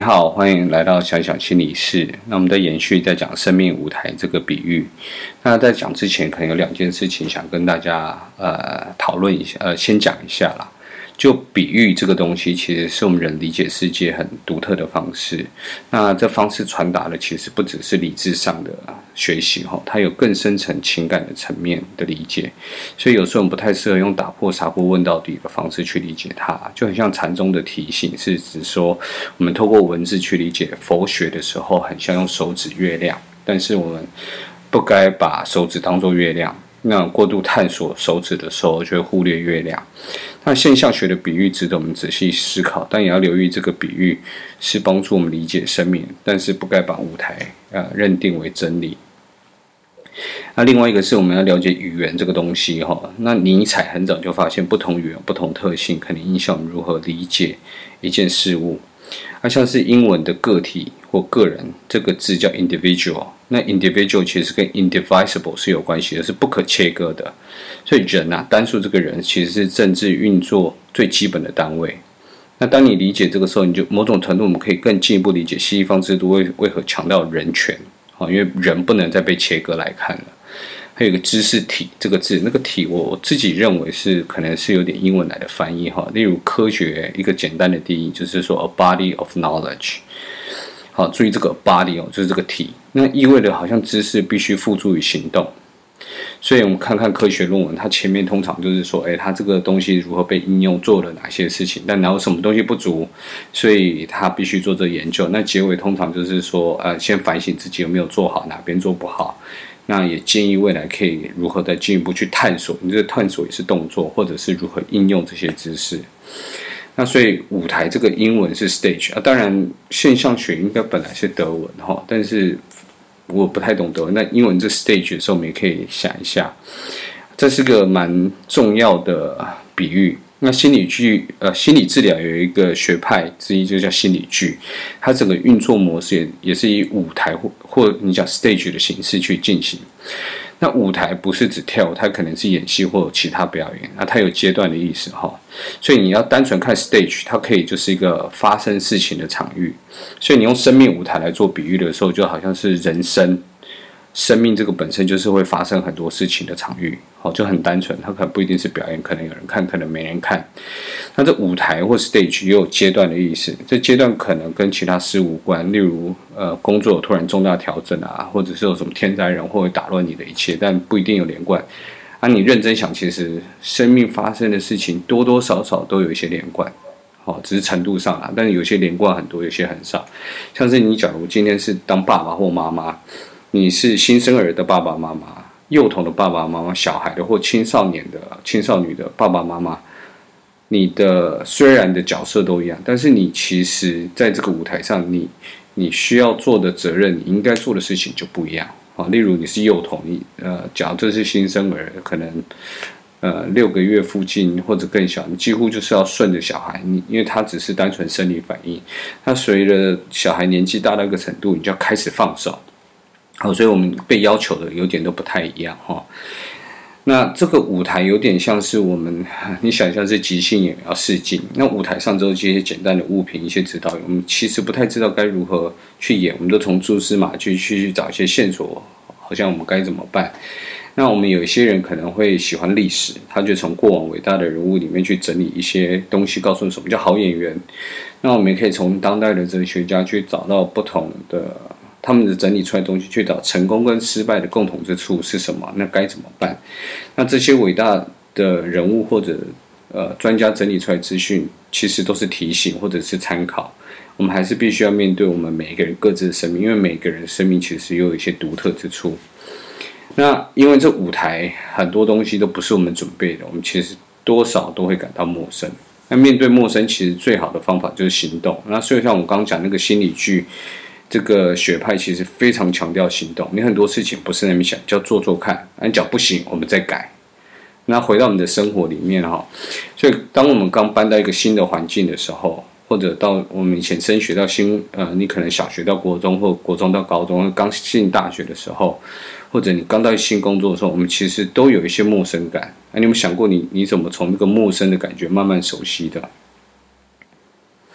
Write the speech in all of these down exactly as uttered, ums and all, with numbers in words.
你好，欢迎来到想想心理室。那我们在延续在讲生命舞台这个比喻。那在讲之前，可能有两件事情想跟大家呃讨论一下，呃，先讲一下啦。就比喻这个东西，其实是我们人理解世界很独特的方式。那这方式传达的其实不只是理智上的学习哈，它有更深层情感的层面的理解。所以有时候我们不太适合用打破砂锅问到底的方式去理解它，就很像禅宗的提醒，是指说我们透过文字去理解佛学的时候，很像用手指月亮，但是我们不该把手指当作月亮。那过度探索手指的时候，就会忽略月亮。那现象学的比喻值得我们仔细思考，但也要留意这个比喻是帮助我们理解生命，但是不该把舞台呃认定为真理。那另外一个是我们要了解语言这个东西哈。那尼采很早就发现，不同语言有不同特性，可能影响我们如何理解一件事物。那像是英文的个体或个人这个字叫 individual， 那 individual 其实跟 indivisible 是有关系的，是不可切割的。所以人啊，单数这个人其实是政治运作最基本的单位。那当你理解这个时候，你就某种程度我们可以更进一步理解西方制度为为何强调人权啊，因为人不能再被切割来看了。还有一个知识体这个字，那个体我自己认为是可能是有点英文来的翻译哈。例如科学一个简单的定义就是说 a body of knowledge。好，注意这个 body 哦，就是这个体，那意味着好像知识必须付诸于行动。所以我们看看科学论文，它前面通常就是说，哎，它这个东西如何被应用，做了哪些事情，但然后什么东西不足，所以它必须做这个研究。那结尾通常就是说，呃，先反省自己有没有做好，哪边做不好。那也建议未来可以如何再进一步去探索，你这个探索也是动作，或者是如何应用这些知识。那所以舞台这个英文是 stage 啊，当然现象学应该本来是德文哈，但是我不太懂德文。那英文这 stage 的时候，我们也可以想一下，这是个蛮重要的比喻。那心理剧呃，心理治疗有一个学派之一，就叫心理剧，它整个运作模式也也是以舞台或或你讲 stage 的形式去进行。那舞台不是指跳舞，它可能是演戏或其他表演，那它有阶段的意思哈。所以你要单纯看 stage， 它可以就是一个发生事情的场域。所以你用生命舞台来做比喻的时候，就好像是人生。生命这个本身就是会发生很多事情的场域，好，就很单纯，它可能不一定是表演，可能有人看，可能没人看。那这舞台或 stage 也有阶段的意思，这阶段可能跟其他事无关，例如呃工作有突然重大调整啊，或者是有什么天灾人祸会打乱你的一切，但不一定有连贯。啊，你认真想，其实生命发生的事情多多少少都有一些连贯。好，只是程度上啦，但是有些连贯很多，有些很少。像是你假如今天是当爸爸或妈妈。你是新生儿的爸爸妈妈，幼童的爸爸妈妈，小孩的或青少年的青少女的爸爸妈妈，你的虽然的角色都一样，但是你其实在这个舞台上，你你需要做的责任，你应该做的事情就不一样啊。例如你是幼童，你呃，假如这是新生儿，可能呃六个月附近或者更小，你几乎就是要顺着小孩，你因为他只是单纯生理反应，那随着小孩年纪大到一个程度，你就要开始放手。好，所以我们被要求的有点都不太一样哈。那这个舞台有点像是我们，你想象是即兴演员要试镜，那舞台上只有这些简单的物品、一些指导员，我们其实不太知道该如何去演，我们都从蛛丝马迹去找一些线索，好像我们该怎么办。那我们有一些人可能会喜欢历史，他就从过往伟大的人物里面去整理一些东西，告诉你什么叫好演员。那我们也可以从当代的哲学家去找到不同的。他们的整理出来的东西，去找成功跟失败的共同之处是什么？那该怎么办？那这些伟大的人物或者呃专家整理出来的资讯，其实都是提醒或者是参考。我们还是必须要面对我们每一个人各自的生命，因为每个人的生命其实又有一些独特之处。那因为这舞台很多东西都不是我们准备的，我们其实多少都会感到陌生。那面对陌生，其实最好的方法就是行动。那所以像我刚刚讲那个心理剧。这个学派其实非常强调行动，你很多事情不是那么想，叫做做看，你讲不行，我们再改。那回到你的生活里面哈，所以当我们刚搬到一个新的环境的时候，或者到我们以前升学到新呃，你可能小学到国中，或国中到高中，刚进大学的时候，或者你刚到新工作的时候，我们其实都有一些陌生感。啊，你有没有想过你你怎么从那个陌生的感觉慢慢熟悉的？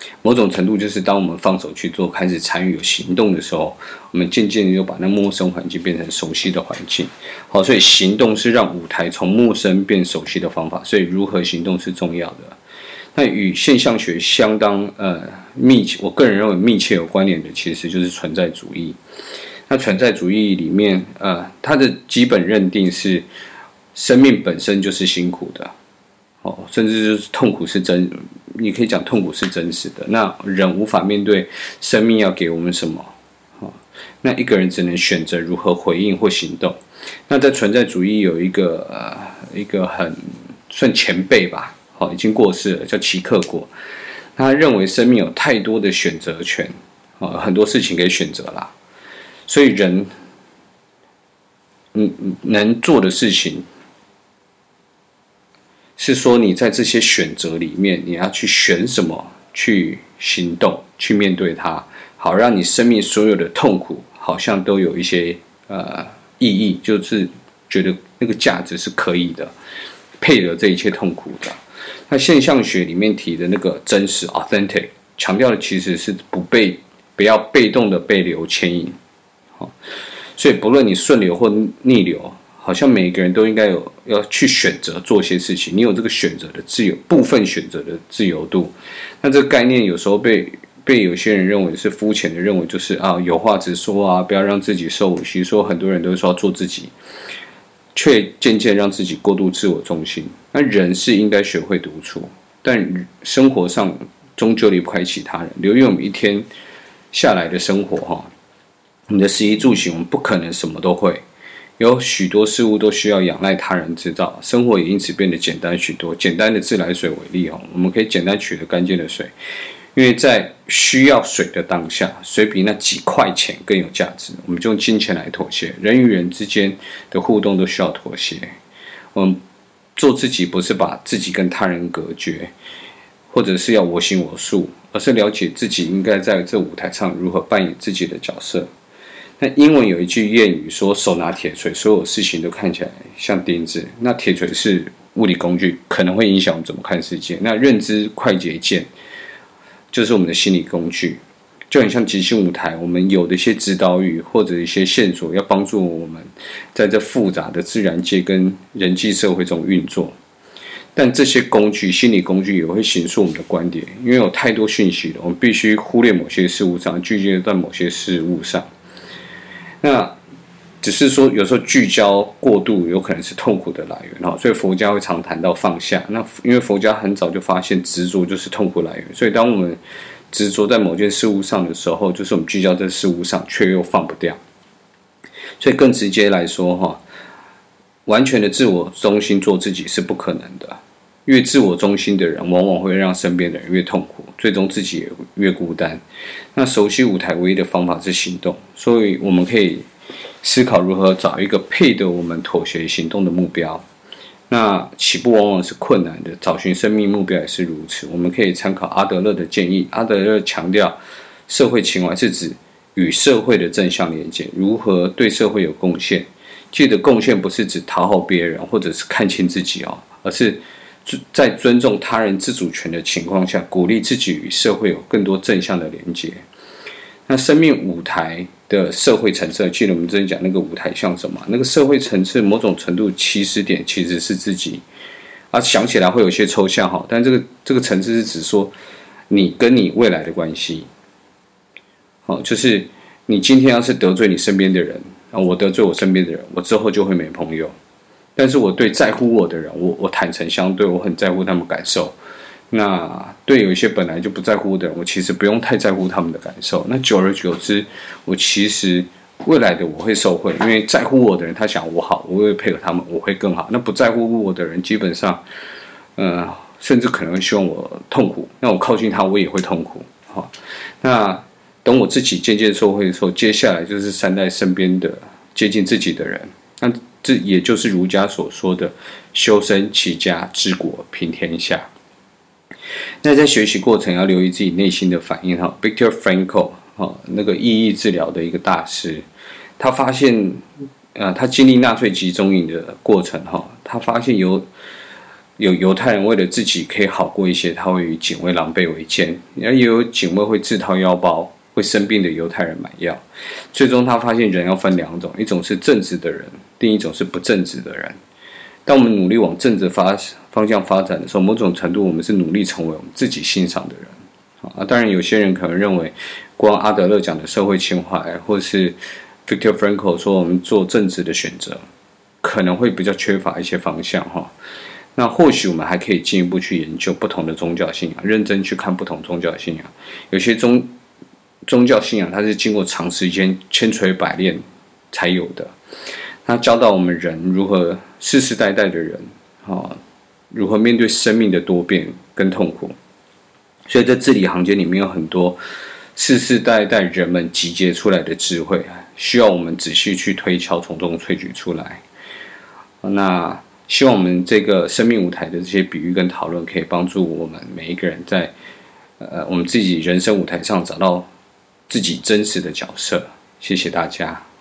某种程度就是当我们放手去做，开始参与有行动的时候，我们渐渐的就把那陌生环境变成熟悉的环境。好，所以行动是让舞台从陌生变熟悉的方法，所以如何行动是重要的。那与现象学相当呃密切，我个人认为密切有关联的，其实就是存在主义。那存在主义里面，呃，它的基本认定是，生命本身就是辛苦的，哦，甚至就是痛苦是真，你可以讲痛苦是真实的。那人无法面对生命要给我们什么，哦，那一个人只能选择如何回应或行动。那在存在主义有一个呃一个很算前辈吧。好，已经过世了，叫齐克果。他认为生命有太多的选择权，啊，很多事情可以选择啦。所以人，嗯，能做的事情，是说你在这些选择里面，你要去选什么，去行动，去面对它，好让你生命所有的痛苦，好像都有一些呃意义，就是觉得那个价值是可以的，配得这一切痛苦的。那现象学里面提的那个真实 （authentic） 强调的其实是不被不要被动的被流牵引，好，所以不论你顺流或逆流，好像每个人都应该有要去选择做些事情，你有这个选择的自由，部分选择的自由度。那这个概念有时候被被有些人认为是肤浅的，认为就是啊有话直说啊，不要让自己受委屈。说很多人都说要做自己。却渐渐让自己过度自我中心。那人是应该学会独处，但生活上终究离不开其他人。由于我们一天下来的生活哈，你的食衣住行，我们不可能什么都会，有许多事物都需要仰赖他人制造，生活也因此变得简单许多。简单的自来水为例哈，我们可以简单取得干净的水。因为在需要水的当下，水比那几块钱更有价值，我们就用金钱来妥协。人与人之间的互动都需要妥协。我们做自己，不是把自己跟他人隔绝，或者是要我行我素，而是了解自己应该在这舞台上如何扮演自己的角色。那英文有一句谚语说：“手拿铁锤，所有事情都看起来像钉子。”那铁锤是物理工具，可能会影响我们怎么看世界。那认知快捷键就是我们的心理工具，就很像即兴舞台，我们有的一些指导语或者一些线索，要帮助我们在这复杂的自然界跟人际社会中运作。但这些工具，心理工具也会形塑我们的观点，因为有太多讯息了，我们必须忽略某些事物上，聚焦在某些事物上。那只是说，有时候聚焦过度有可能是痛苦的来源，所以佛家会常谈到放下。那因为佛家很早就发现执着就是痛苦来源，所以当我们执着在某件事物上的时候，就是我们聚焦在事物上，却又放不掉。所以更直接来说，哈，完全的自我中心做自己是不可能的。越自我中心的人，往往会让身边的人越痛苦，最终自己也越孤单。那熟悉舞台唯一的方法是行动，所以我们可以思考如何找一个配得我们妥协行动的目标。那起步往往是困难的，找寻生命目标也是如此。我们可以参考阿德勒的建议。阿德勒强调，社会情怀是指与社会的正向连接，如何对社会有贡献。记得贡献不是指讨好别人或者是看清自己哦，而是在尊重他人自主权的情况下，鼓励自己与社会有更多正向的连接。那生命舞台的社会层次，记得我们之前讲那个舞台像什么？那个社会层次某种程度起始点其实是自己啊，想起来会有些抽象哈，但这个这个层次是指说你跟你未来的关系。好，就是你今天要是得罪你身边的人啊，我得罪我身边的人，我之后就会没朋友。但是我对在乎我的人，我我坦诚相对，我很在乎他们感受。那对有一些本来就不在乎的人，我其实不用太在乎他们的感受。那久而久之，我其实未来的我会受惠，因为在乎我的人他想我好，我会配合他们，我会更好。那不在乎我的人，基本上，呃，甚至可能希望我痛苦。那我靠近他，我也会痛苦。好，那等我自己渐渐受惠的时候，接下来就是善待身边的接近自己的人。那这也就是儒家所说的修身齐家治国平天下。那在学习过程要留意自己内心的反应哈。Viktor Frankl 那个意义治疗的一个大师，他发现，呃，他经历纳粹集中营的过程哈，他发现有有犹太人为了自己可以好过一些，他会与警卫狼狈为奸，也有警卫会自掏腰包，会生病的犹太人买药。最终他发现人要分两种，一种是正直的人，另一种是不正直的人。当我们努力往正直发方向发展的时候，某种程度我们是努力成为我们自己欣赏的人。啊，当然有些人可能认为，光阿德勒讲的社会情怀，或是 Viktor Frankl 说我们做正直的选择，可能会比较缺乏一些方向哈。那或许我们还可以进一步去研究不同的宗教信仰，认真去看不同宗教信仰。有些宗宗教信仰它是经过长时间千锤百炼才有的，它教导我们人如何世世代代的人啊，如何面对生命的多变跟痛苦。所以在字里行间里面有很多世世代代人们集结出来的智慧，需要我们仔细去推敲，从中萃取出来。那希望我们这个生命舞台的这些比喻跟讨论，可以帮助我们每一个人在呃我们自己人生舞台上找到自己真实的角色。谢谢大家。